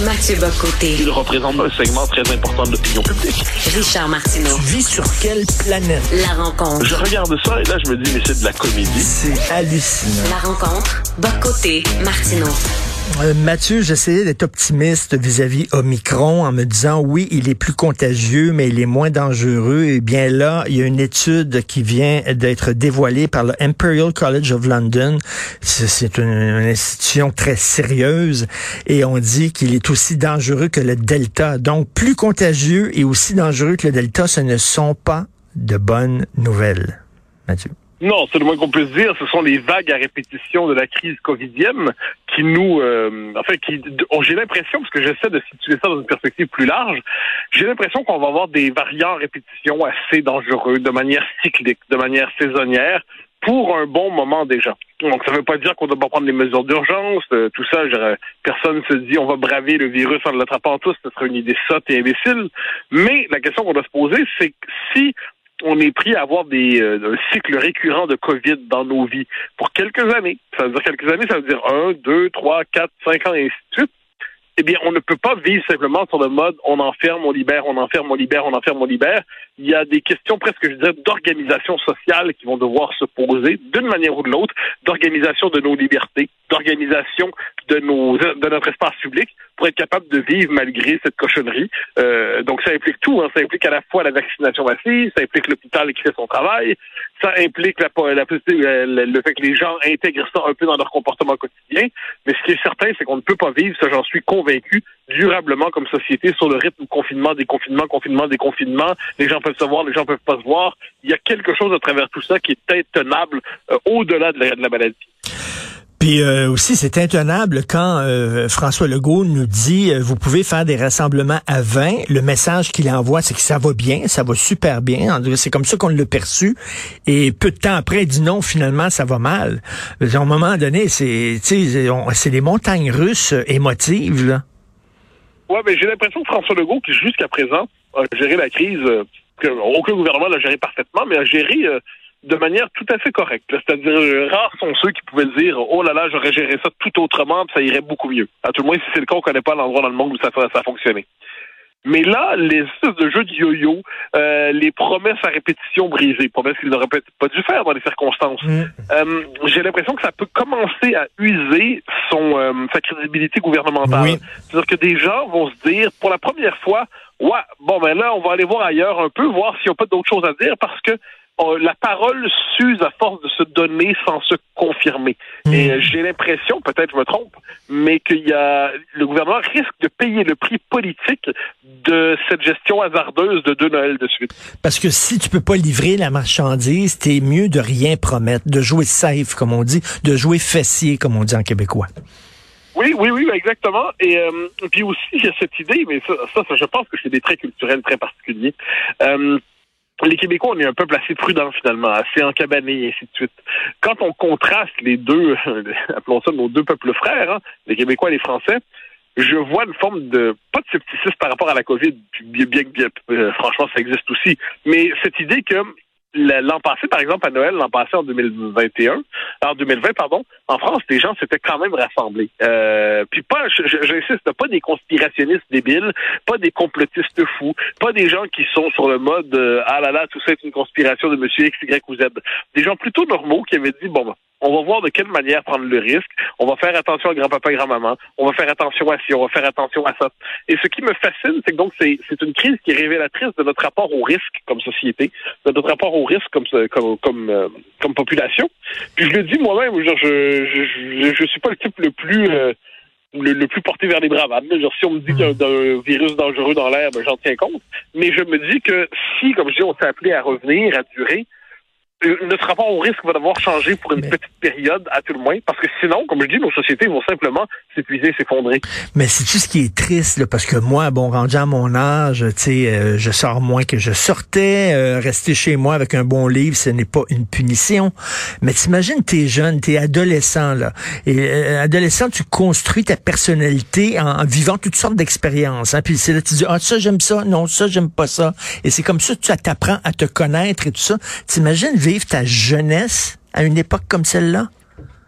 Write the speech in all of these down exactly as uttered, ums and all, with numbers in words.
Mathieu Bock-Côté. Il représente un segment très important de l'opinion publique. Richard Martineau. Tu vis sur quelle planète? La rencontre. Je regarde ça et là, je me dis, mais c'est de la comédie. C'est hallucinant. La rencontre. Bock-Côté, Martineau. Euh, Mathieu, j'essayais d'être optimiste vis-à-vis Omicron en me disant, oui, il est plus contagieux, mais il est moins dangereux. Eh bien là, il y a une étude qui vient d'être dévoilée par le Imperial College of London. C'est une, une institution très sérieuse et on dit qu'il est aussi dangereux que le Delta. Donc, plus contagieux et aussi dangereux que le Delta, ce ne sont pas de bonnes nouvelles. Mathieu. Non, c'est le moins qu'on puisse dire. Ce sont les vagues à répétition de la crise covidienne qui nous... Euh, enfin, qui, oh, j'ai l'impression, parce que j'essaie de situer ça dans une perspective plus large, j'ai l'impression qu'on va avoir des variants à répétition assez dangereux, de manière cyclique, de manière saisonnière, pour un bon moment déjà. Donc, ça ne veut pas dire qu'on doit pas prendre des mesures d'urgence, euh, tout ça. Je, personne se dit on va braver le virus en l'attrapant tous, ce serait une idée sotte et imbécile. Mais la question qu'on doit se poser, c'est que si on est pris à avoir des euh, un cycle récurrent de COVID dans nos vies pour quelques années. Ça veut dire quelques années, ça veut dire un, deux, trois, quatre, cinq ans, et ainsi de suite. Eh bien, on ne peut pas vivre simplement sur le mode on enferme, on libère, on enferme, on libère, on enferme, on libère. Il y a des questions presque, je dirais, d'organisation sociale qui vont devoir se poser d'une manière ou de l'autre, d'organisation de nos libertés, d'organisation de nos de notre espace public pour être capable de vivre malgré cette cochonnerie. Euh, donc, ça implique tout. Hein. Ça implique à la fois la vaccination massive, ça implique l'hôpital qui fait son travail, ça implique la, la, la, le fait que les gens intègrent ça un peu dans leur comportement quotidien. Mais ce qui est certain, c'est qu'on ne peut pas vivre, ça j'en suis convaincu, durablement comme société sur le rythme confinement, déconfinement, confinement, déconfinement. Les gens peuvent se voir, les gens peuvent pas se voir. Il y a quelque chose à travers tout ça qui est intenable euh, au-delà de la, de la maladie. Puis euh, aussi, c'est intenable quand euh, François Legault nous dit euh, vous pouvez faire des rassemblements à vingt. Le message qu'il envoie, c'est que ça va bien, ça va super bien. C'est comme ça qu'on l'a perçu. Et peu de temps après, il dit non, finalement, ça va mal. À un moment donné, c'est c'est des montagnes russes émotives, là. Ouais, mais j'ai l'impression que François Legault, qui jusqu'à présent a géré la crise, euh, que aucun gouvernement l'a géré parfaitement, mais a géré euh, de manière tout à fait correcte. C'est-à-dire, rares sont ceux qui pouvaient dire « Oh là là, j'aurais géré ça tout autrement, puis ça irait beaucoup mieux. » À tout le moins, si c'est le cas, on ne connaît pas l'endroit dans le monde où ça, ça a fonctionné. Mais là, les espèces de jeux de yo-yo, euh, les promesses à répétition brisées, promesses qu'il n'aurait peut-être pas dû faire dans les circonstances, mmh. euh, j'ai l'impression que ça peut commencer à user son euh, sa crédibilité gouvernementale. Oui. C'est-à-dire que des gens vont se dire, pour la première fois, « Ouais, bon ben là, on va aller voir ailleurs un peu, voir s'il n'y a pas d'autres choses à dire, parce que On, la parole s'use à force de se donner sans se confirmer. Mmh. Et euh, j'ai l'impression, peut-être je me trompe, mais qu'il y a le gouvernement risque de payer le prix politique de cette gestion hasardeuse de deux Noëls de suite. Parce que si tu peux pas livrer la marchandise, t'es mieux de rien promettre, de jouer safe, comme on dit, de jouer fessier, comme on dit en québécois. Oui, oui, oui, exactement. Et euh, puis aussi, il y a cette idée, mais ça, ça, ça je pense que c'est des traits culturels très particuliers. Euh, Les Québécois, on est un peuple assez prudent, finalement, assez encabané, et ainsi de suite. Quand on contraste les deux, appelons ça nos deux peuples frères, hein, les Québécois et les Français, je vois une forme de, pas de scepticisme par rapport à la COVID, bien, bien, bien euh, franchement, ça existe aussi, mais cette idée que l'an passé, par exemple, à Noël, l'an passé en deux mille vingt et un, en deux mille vingt, pardon, en France, les gens s'étaient quand même rassemblés. Euh, puis pas, j'insiste, pas des conspirationnistes débiles, pas des complotistes fous, pas des gens qui sont sur le mode euh, ah là là, tout ça est une conspiration de monsieur X, Y ou Z. Des gens plutôt normaux qui avaient dit bon, on va voir de quelle manière prendre le risque, on va faire attention à grand-papa et grand-maman, on va faire attention à ci, on va faire attention à ça. Et ce qui me fascine, c'est que donc c'est, c'est une crise qui est révélatrice de notre rapport au risque comme société, de notre rapport au risque comme comme comme, euh, comme population. Puis je le dis moi-même, je je je, je suis pas le type le plus euh, le, le plus porté vers les bravades. Genre, si on me dit qu'il y a un, un virus dangereux dans l'air, ben, j'en tiens compte. Mais je me dis que si, comme je dis, on s'est appelé à revenir, à durer, notre rapport au risque va devoir changer pour une Mais... petite période, à tout le moins, parce que sinon, comme je dis, nos sociétés vont simplement s'épuiser, s'effondrer. Mais c'est tout ce qui est triste, là, parce que moi, bon, rendu à mon âge, tu sais, euh, je sors moins que je sortais, euh, rester chez moi avec un bon livre, ce n'est pas une punition. Mais t'imagines, t'es jeune, t'es adolescent, là, et euh, adolescent, tu construis ta personnalité en, en vivant toutes sortes d'expériences, hein, puis c'est là tu dis, ah, ça, j'aime ça, non, ça, j'aime pas ça, et c'est comme ça que tu t'apprends à te connaître et tout ça. T'imagines vivre ta jeunesse à une époque comme celle-là?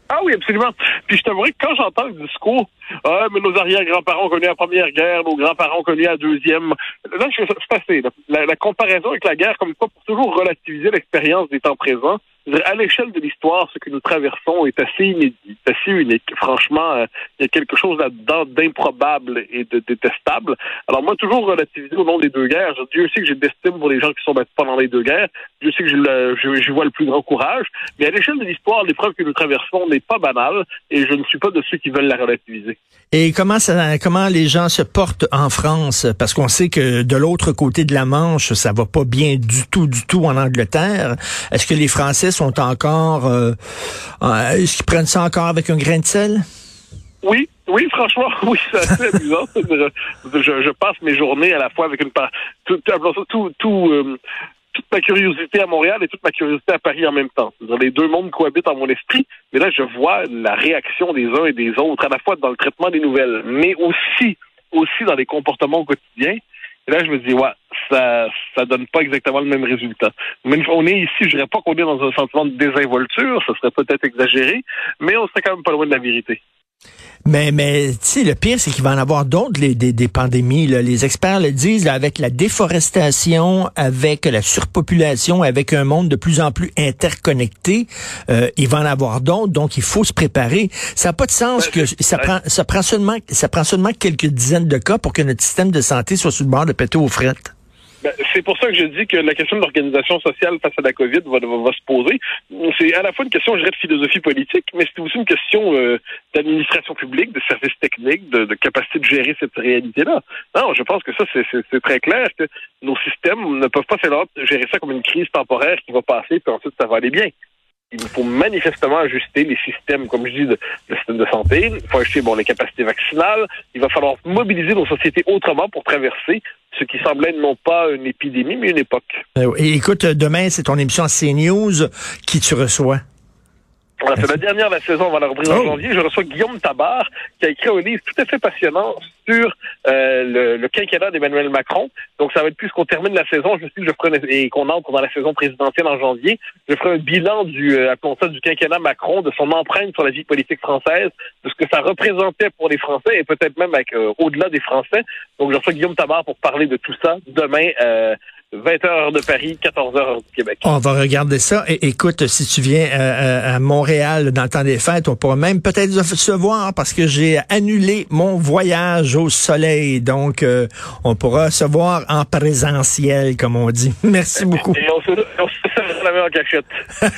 Ah oui, absolument. Puis je t'avouerais que quand j'entends le discours, ah, mais nos arrière-grands-parents ont connu la Première Guerre, nos grands-parents ont connu la Deuxième. Là, je c'est assez. Là. La, la comparaison avec la guerre, comme quoi, pour toujours relativiser l'expérience des temps présents, à l'échelle de l'histoire, ce que nous traversons est assez inédit, assez unique. Franchement, euh, il y a quelque chose là-dedans d'improbable et de détestable. Alors moi, toujours relativiser au nom des deux guerres. Dieu sait que j'ai de l'estime pour les gens qui sont battus pendant les deux guerres. Dieu sait que je, le, je, je vois le plus grand courage. Mais à l'échelle de l'histoire, l'épreuve que nous traversons n'est pas banale et je ne suis pas de ceux qui veulent la relativiser. Et comment ça, comment les gens se portent en France? Parce qu'on sait que de l'autre côté de la Manche, ça va pas bien du tout, du tout en Angleterre. Est-ce que les Français sont encore, euh, euh, est-ce qu'ils prennent ça encore avec un grain de sel? Oui, oui, franchement, oui, c'est assez amusant. Je, je, je passe mes journées à la fois avec une part, tout, tout, tout, euh, toute ma curiosité à Montréal et toute ma curiosité à Paris en même temps. Les deux mondes cohabitent en mon esprit, mais là, je vois la réaction des uns et des autres, à la fois dans le traitement des nouvelles, mais aussi, aussi dans les comportements au quotidien. Et là, je me dis, ouais, ça, ça donne pas exactement le même résultat. Mais on est ici, je dirais pas qu'on est dans un sentiment de désinvolture, ça serait peut-être exagéré, mais on serait quand même pas loin de la vérité. Mais, mais tu sais, le pire, c'est qu'il va en avoir d'autres, les, des, des pandémies. Là. Les experts le disent, là, avec la déforestation, avec la surpopulation, avec un monde de plus en plus interconnecté, euh, il va en avoir d'autres, donc il faut se préparer. Ça n'a pas de sens que ça prend, ça prend seulement, ça prend seulement quelques dizaines de cas pour que notre système de santé soit sur le bord de péter aux frettes. Ben, c'est pour ça que je dis que la question de l'organisation sociale face à la COVID va, va, va se poser. C'est à la fois une question, je dirais, de philosophie politique, mais c'est aussi une question euh, d'administration publique, de services techniques, de, de capacité de gérer cette réalité-là. Non, je pense que ça, c'est, c'est, c'est très clair que nos systèmes ne peuvent pas faire gérer ça comme une crise temporaire qui va passer, puis ensuite ça va aller bien. Il faut manifestement ajuster les systèmes, comme je dis, de, le système de santé. Il faut ajuster bon, les capacités vaccinales. Il va falloir mobiliser nos sociétés autrement pour traverser ce qui semblait non pas une épidémie, mais une époque. Et écoute, demain, c'est ton émission CNews. Qui tu reçois? Voilà, c'est la dernière de la saison avant la reprise en janvier. Je reçois Guillaume Tabar, qui a écrit un livre tout à fait passionnant sur euh, le, le quinquennat d'Emmanuel Macron. Donc, ça va être plus qu'on termine la saison, je sais que je ferai une, et qu'on entre dans la saison présidentielle en janvier. Je ferai un bilan du, euh, appelons ça, du quinquennat Macron, de son empreinte sur la vie politique française, de ce que ça représentait pour les Français et peut-être même avec, euh, au-delà des Français. Donc, je reçois Guillaume Tabar pour parler de tout ça demain, euh, vingt heures de Paris, quatorze heures du Québec. On va regarder ça. Et écoute, si tu viens euh, à Montréal dans le temps des fêtes, on pourra même peut-être se voir parce que j'ai annulé mon voyage au soleil. Donc, euh, on pourra se voir en présentiel, comme on dit. Merci beaucoup. Et on se, on se serre la main en cachette.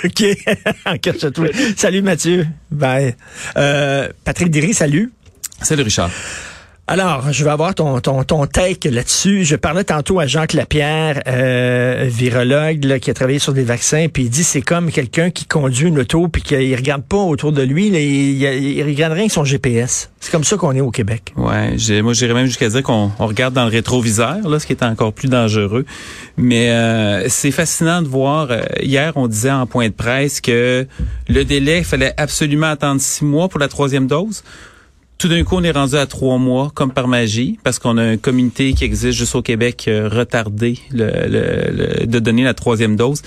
OK. En cachette, oui. Salut, Mathieu. Bye. Euh, Patrick Derry, salut. Salut, Richard. Alors, je vais avoir ton ton ton take là-dessus. Je parlais tantôt à Jacques Lapierre, euh, virologue là, qui a travaillé sur des vaccins, puis il dit c'est comme quelqu'un qui conduit une auto puis qu'il regarde pas autour de lui, là, il, il, il regarde rien que son G P S. C'est comme ça qu'on est au Québec. Ouais, j'ai, moi j'irais même jusqu'à dire qu'on on regarde dans le rétroviseur, là, ce qui est encore plus dangereux. Mais euh, c'est fascinant de voir. Euh, hier, on disait en point de presse que le délai, il fallait absolument attendre six mois pour la troisième dose. Tout d'un coup, on est rendu à trois mois, comme par magie, parce qu'on a un comité qui existe juste au Québec euh, retardé le, le, le, de donner la troisième dose.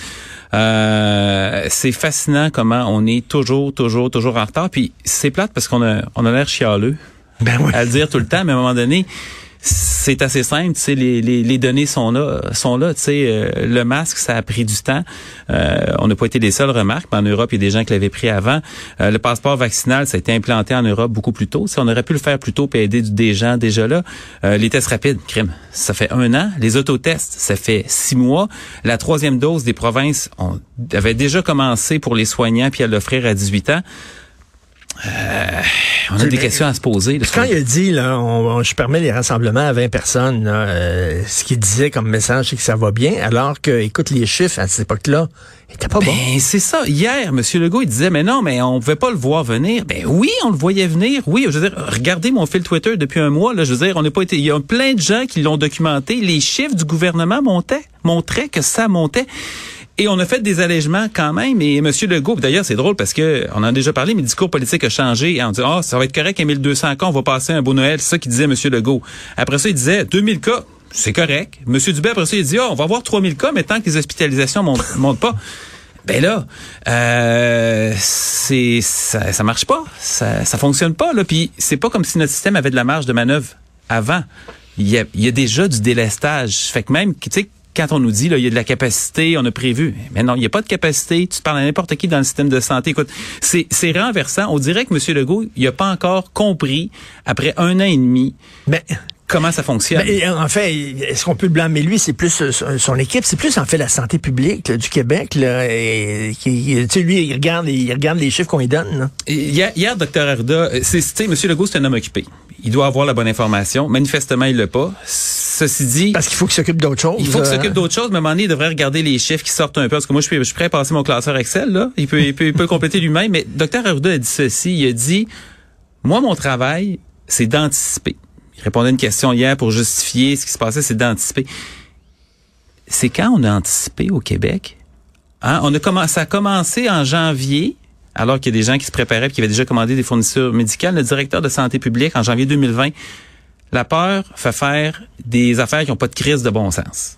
Euh, c'est fascinant comment on est toujours, toujours, toujours en retard. Puis c'est plate parce qu'on a, on a l'air chialeux ben oui. à le dire tout le temps, mais à un moment donné, c'est assez simple, tu sais, les, les, les données sont là, sont là, tu sais, euh, le masque, ça a pris du temps. Euh, on n'a pas été les seuls, remarques, mais en Europe, il y a des gens qui l'avaient pris avant. Euh, le passeport vaccinal, ça a été implanté en Europe beaucoup plus tôt. Tu sais, on aurait pu le faire plus tôt et aider des gens déjà là. Euh, les tests rapides, crime, ça fait un an. Les autotests, ça fait six mois. La troisième dose des provinces, on avait déjà commencé pour les soignants puis à l'offrir à dix-huit ans. Euh, on a des questions à se poser. Là, quand il a dit, là, on, on, je permets les rassemblements à vingt personnes, là, euh, ce qu'il disait comme message, c'est que ça va bien, alors que, écoute, les chiffres à cette époque-là, étaient pas bons. Ben, c'est ça. Hier, M. Legault, il disait, mais non, mais on pouvait pas le voir venir. Ben oui, on le voyait venir. Oui, je veux dire, regardez mon fil Twitter depuis un mois, là, je veux dire, on n'a pas été, il y a plein de gens qui l'ont documenté. Les chiffres du gouvernement montaient, montraient que ça montait. Et on a fait des allègements quand même. Et M. Legault, d'ailleurs, c'est drôle parce que on en a déjà parlé, mais le discours politique a changé. Et on dit, ah, oh, ça va être correct, mille deux cents cas, on va passer un beau Noël. C'est ça qu'il disait M. Legault. Après ça, il disait, deux mille cas, c'est correct. M. Dubé, après ça, il dit, ah, oh, on va avoir trois mille cas, mais tant que les hospitalisations montent, montent pas. Ben là, euh, c'est ça, ça marche pas, ça, ça fonctionne pas là. Puis c'est pas comme si notre système avait de la marge de manœuvre avant. Il y a, il y a déjà du délestage. Fait que même, tu sais, quand on nous dit là, il y a de la capacité, on a prévu. Mais non, il n'y a pas de capacité. Tu te parles à n'importe qui dans le système de santé. Écoute, c'est, c'est renversant. On dirait que M. Legault, il a pas encore compris après un an et demi. Mais comment ça fonctionne? Ben, en fait, est-ce qu'on peut le blâmer lui? C'est plus euh, son équipe, c'est plus en fait la santé publique là, du Québec. Là, et, qui, tu sais, lui, il regarde, il regarde les chiffres qu'on lui donne. Là. Hier, hier, Dr Arruda, c'est, tu sais, M. Legault, c'est un homme occupé. Il doit avoir la bonne information. Manifestement, il l'a pas. Ceci dit... Parce qu'il faut qu'il s'occupe d'autres choses. Il faut qu'il euh... s'occupe d'autres choses, mais à un moment donné, il devrait regarder les chiffres qui sortent un peu. Parce que moi, je suis, je suis prêt à passer mon classeur Excel, là. Il peut, il peut, il peut compléter lui-même. Mais Dr Arruda a dit ceci. Il a dit, moi, mon travail, c'est d'anticiper. Il répondait à une question hier pour justifier ce qui se passait, c'est d'anticiper. C'est quand on a anticipé au Québec? Hein? On a commencé, ça a commencé en janvier, alors qu'il y a des gens qui se préparaient et qui avaient déjà commandé des fournitures médicales. Le directeur de santé publique, en janvier deux mille vingt, la peur fait faire des affaires qui n'ont pas de crise de bon sens.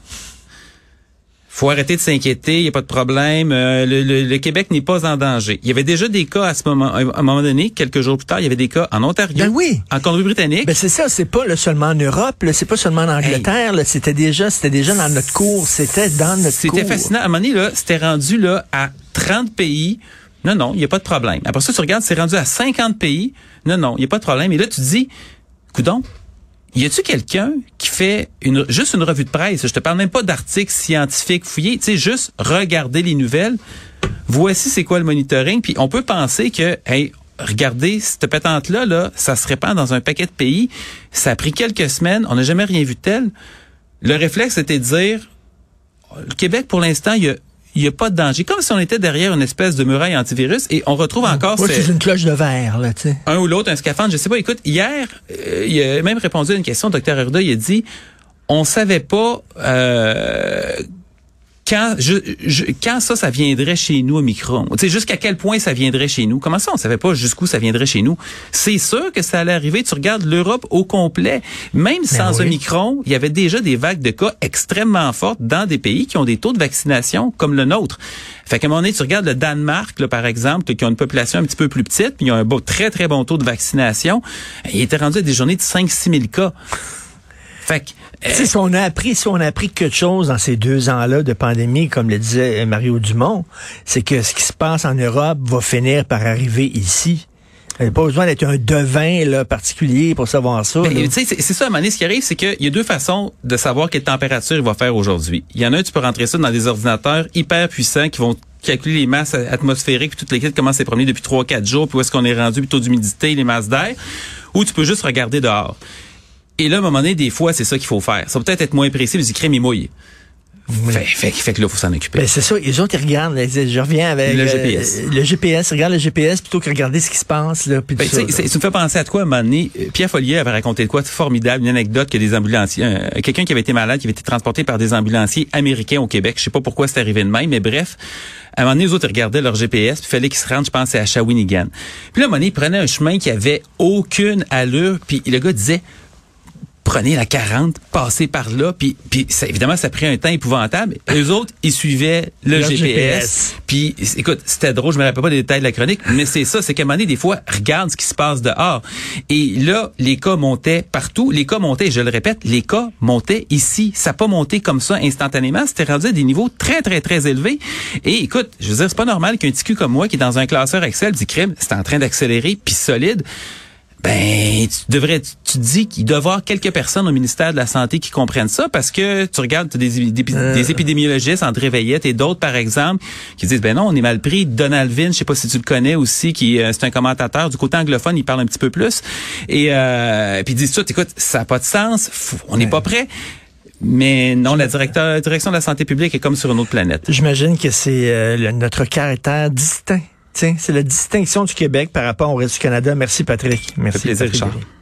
Faut arrêter de s'inquiéter, il n'y a pas de problème. Euh, le, le, le Québec n'est pas en danger. Il y avait déjà des cas à ce moment, à un moment donné, quelques jours plus tard, il y avait des cas en Ontario, ben oui. en Colombie-Britannique. Ben c'est ça, c'est pas là, seulement en Europe, là, c'est pas seulement en Angleterre, hey. là, c'était déjà, c'était déjà dans notre cours, c'était dans notre c'était cours. C'était fascinant. À un moment donné, là, c'était rendu là à trente pays. Non, non, il n'y a pas de problème. Après ça, tu regardes, c'est rendu à cinquante pays. Non, non, il n'y a pas de problème. Et là, tu te dis, coudonc, y a-tu quelqu'un qui fait une juste une revue de presse? Je te parle même pas d'articles scientifiques fouillés. Tu sais, juste regarder les nouvelles. Voici c'est quoi le monitoring. Puis on peut penser que, hey, regardez, cette patente-là, là, ça se répand dans un paquet de pays. Ça a pris quelques semaines. On n'a jamais rien vu de tel. Le réflexe, c'était de dire, le Québec, pour l'instant, il y a il n'y a pas de danger. Comme si on était derrière une espèce de muraille antivirus et on retrouve encore... Moi, c'est une cloche de verre, là, tu sais. Un ou l'autre, un scaphandre, je sais pas. Écoute, hier, euh, il a même répondu à une question, Dr Arruda, il a dit, on savait pas euh, quand je, je, quand ça, ça viendrait chez nous au micron. Tu sais, jusqu'à quel point ça viendrait chez nous. Comment ça, on savait pas jusqu'où ça viendrait chez nous? C'est sûr que ça allait arriver. Tu regardes l'Europe au complet. Même sans oui. Omicron, il y avait déjà des vagues de cas extrêmement fortes dans des pays qui ont des taux de vaccination comme le nôtre. Fait qu'à un moment donné, tu regardes le Danemark, là, par exemple, qui a une population un petit peu plus petite, puis ils ont un beau, très, très bon taux de vaccination. Il était rendu à des journées de cinq à six mille cas. Fait que, euh, si on a appris, si on a appris quelque chose dans ces deux ans-là de pandémie, comme le disait Mario Dumont, c'est que ce qui se passe en Europe va finir par arriver ici. Il n'y a pas besoin d'être un devin là, particulier pour savoir ça. Ben, c'est, c'est ça, à un moment donné, ce qui arrive, c'est qu'il y a deux façons de savoir quelle température il va faire aujourd'hui. Il y en a un, tu peux rentrer ça dans des ordinateurs hyper puissants qui vont calculer les masses atmosphériques, puis toutes les kits commencent à se promener depuis trois quatre jours, puis où est-ce qu'on est rendu, puis taux d'humidité, les masses d'air, ou tu peux juste regarder dehors. Et là, à un moment donné, des fois, c'est ça qu'il faut faire. Ça peut peut-être être moins précis, mais du crème et mouille. Oui. Fait, fait, fait que là, il faut s'en occuper. Ben, c'est ça. Les autres, ils regardent. Là, je reviens avec le G P S. Euh, le G P S. Regarde le G P S plutôt que regarder ce qui se passe. Là, puis ben, tout ça, c'est, ça me fait penser à quoi, à un moment donné? Pierre Follier avait raconté de quoi de formidable, une anecdote que des ambulanciers, euh, quelqu'un qui avait été malade, qui avait été transporté par des ambulanciers américains au Québec. Je sais pas pourquoi c'est arrivé de même, mais bref. À un moment donné, les autres, ils regardaient leur G P S, puis il fallait qu'ils se rendent, je pense, à Shawinigan. Puis là, à un moment donné, ils prenaient un chemin qui avait aucune allure, puis le gars disait, prenez la quarante, passez par là, puis puis ça, évidemment ça a pris un temps épouvantable. Eux autres, ils suivaient le, le G P S. G P S. Puis écoute, c'était drôle, je me rappelle pas des détails de la chronique, mais c'est ça, c'est qu'à un moment donné, des fois, regarde ce qui se passe dehors. Et là, les cas montaient partout, les cas montaient, je le répète, les cas montaient ici. Ça n'a pas monté comme ça instantanément, c'était rendu à des niveaux très très très élevés. Et écoute, je veux dire, c'est pas normal qu'un petit cul comme moi qui est dans un classeur Excel dit crime, c'est en train d'accélérer puis solide. Ben, tu devrais, tu, tu dis qu'il doit y avoir quelques personnes au ministère de la Santé qui comprennent ça, parce que tu regardes t'as des, des, euh. des épidémiologistes, André Veillette et d'autres, par exemple, qui disent, ben non, on est mal pris. Donald Vin, je sais pas si tu le connais aussi, qui euh, c'est un commentateur du côté anglophone, il parle un petit peu plus. Et, euh, puis ils disent, tout, écoute, ça n'a pas de sens, faut, on n'est ouais. pas prêt. Mais non, la directeur, direction de la santé publique est comme sur une autre planète. J'imagine que c'est euh, le, notre caractère distinct. Tiens, c'est la distinction du Québec par rapport au reste du Canada. Merci, Patrick. Merci. Ça fait plaisir, Richard.